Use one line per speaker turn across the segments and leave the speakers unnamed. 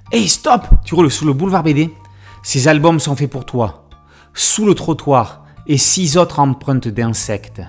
Hey, stop! Tu roules sous le boulevard BD? Ces albums sont faits pour toi. Sous le trottoir et 6 autres empreintes d'insectes.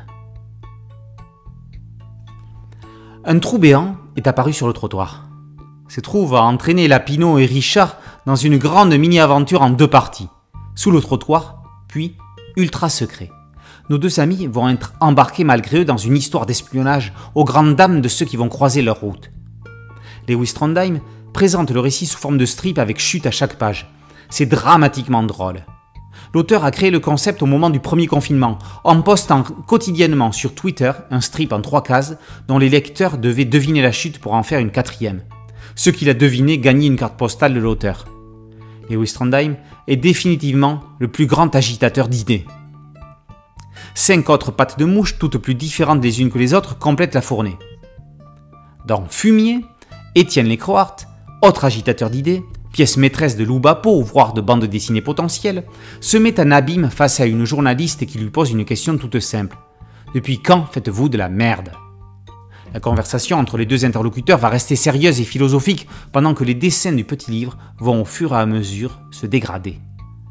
Un trou béant est apparu sur le trottoir. Ce trou va entraîner Lapinot et Richard dans une grande mini-aventure en 2 parties. Sous le trottoir, puis ultra secret. Nos 2 amis vont être embarqués malgré eux dans une histoire d'espionnage aux grandes dames de ceux qui vont croiser leur route. Lewis Trondheim présente le récit sous forme de strip avec chute à chaque page. C'est dramatiquement drôle. L'auteur a créé le concept au moment du premier confinement, en postant quotidiennement sur Twitter un strip en 3 cases dont les lecteurs devaient deviner la chute pour en faire une 4e. Ceux qui la devinaient gagnaient une carte postale de l'auteur. Lewis Trondheim est définitivement le plus grand agitateur d'idées. 5 autres pattes de mouche, toutes plus différentes les unes que les autres, complètent la fournée. Dans Fumier, Étienne Lécroart, autre agitateur d'idées, pièce maîtresse de Lou Bapo, voire de bande dessinée potentielle, se met en abîme face à une journaliste qui lui pose une question toute simple. Depuis quand faites-vous de la merde? La conversation entre les 2 interlocuteurs va rester sérieuse et philosophique pendant que les dessins du petit livre vont au fur et à mesure se dégrader.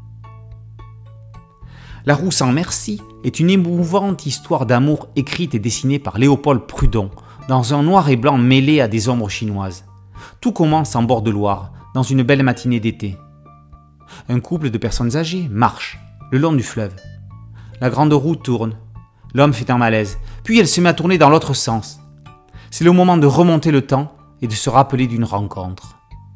La roue sans merci est une émouvante histoire d'amour écrite et dessinée par Léopold Prudon, dans un noir et blanc mêlé à des ombres chinoises. Tout commence en bord de Loire, dans une belle matinée d'été. Un couple de personnes âgées marche le long du fleuve. La grande roue tourne. L'homme fait un malaise, puis elle se met à tourner dans l'autre sens. C'est le moment de remonter le temps et de se rappeler d'une rencontre.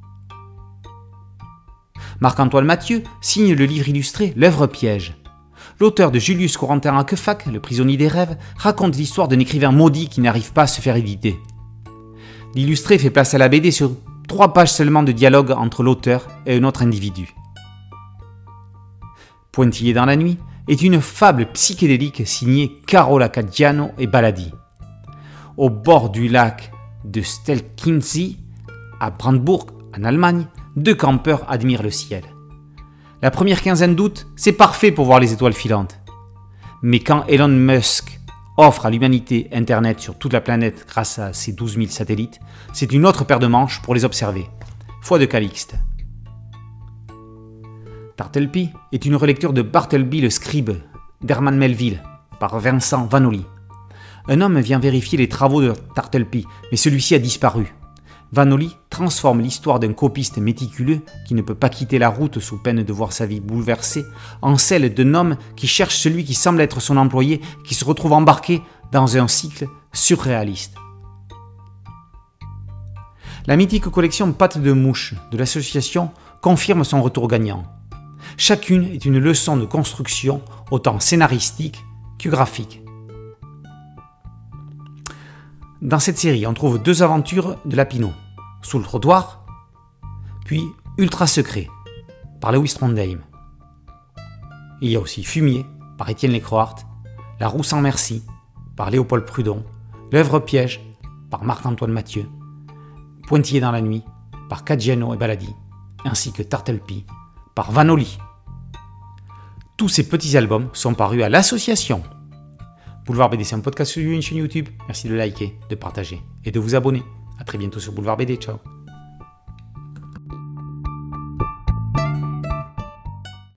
Marc-Antoine Mathieu signe le livre illustré L'œuvre piège. L'auteur de Julius Corentin Haquefac, le prisonnier des rêves, raconte l'histoire d'un écrivain maudit qui n'arrive pas à se faire éditer. L'illustré fait place à la BD sur 3 pages seulement de dialogue entre l'auteur et un autre individu. Pointillé dans la nuit est une fable psychédélique signée Carola Caggiano et Baladi. Au bord du lac de Stelkinsee, à Brandebourg, en Allemagne, 2 campeurs admirent le ciel. La première quinzaine d'août, c'est parfait pour voir les étoiles filantes. Mais quand Elon Musk offre à l'humanité Internet sur toute la planète grâce à ses 12 000 satellites, c'est une autre paire de manches pour les observer. Foi de Calixte. Tartelpy est une relecture de Bartleby le Scribe d'Herman Melville par Vincent Vanoli. Un homme vient vérifier les travaux de Tartelpy, mais celui-ci a disparu. Vanoli transforme l'histoire d'un copiste méticuleux qui ne peut pas quitter la route sous peine de voir sa vie bouleversée en celle d'un homme qui cherche celui qui semble être son employé et qui se retrouve embarqué dans un cycle surréaliste. La mythique collection Pattes de mouche de l'association confirme son retour gagnant. Chacune est une leçon de construction autant scénaristique que graphique. Dans cette série, on trouve 2 aventures de Lapinot, Sous le trottoir, puis Ultra secret, par Lewis Trondheim. Il y a aussi Fumier, par Étienne Lécroart, La roue sans merci, par Léopold Prudon, L'œuvre piège, par Marc-Antoine Mathieu, Pointillé dans la nuit, par Caggiano et Baladi, ainsi que Tartelpy, par Vanoli. Tous ces petits albums sont parus à l'association. Boulevard BD, c'est un podcast sur une chaîne YouTube. Merci de liker, de partager et de vous abonner. A très bientôt sur Boulevard BD. Ciao.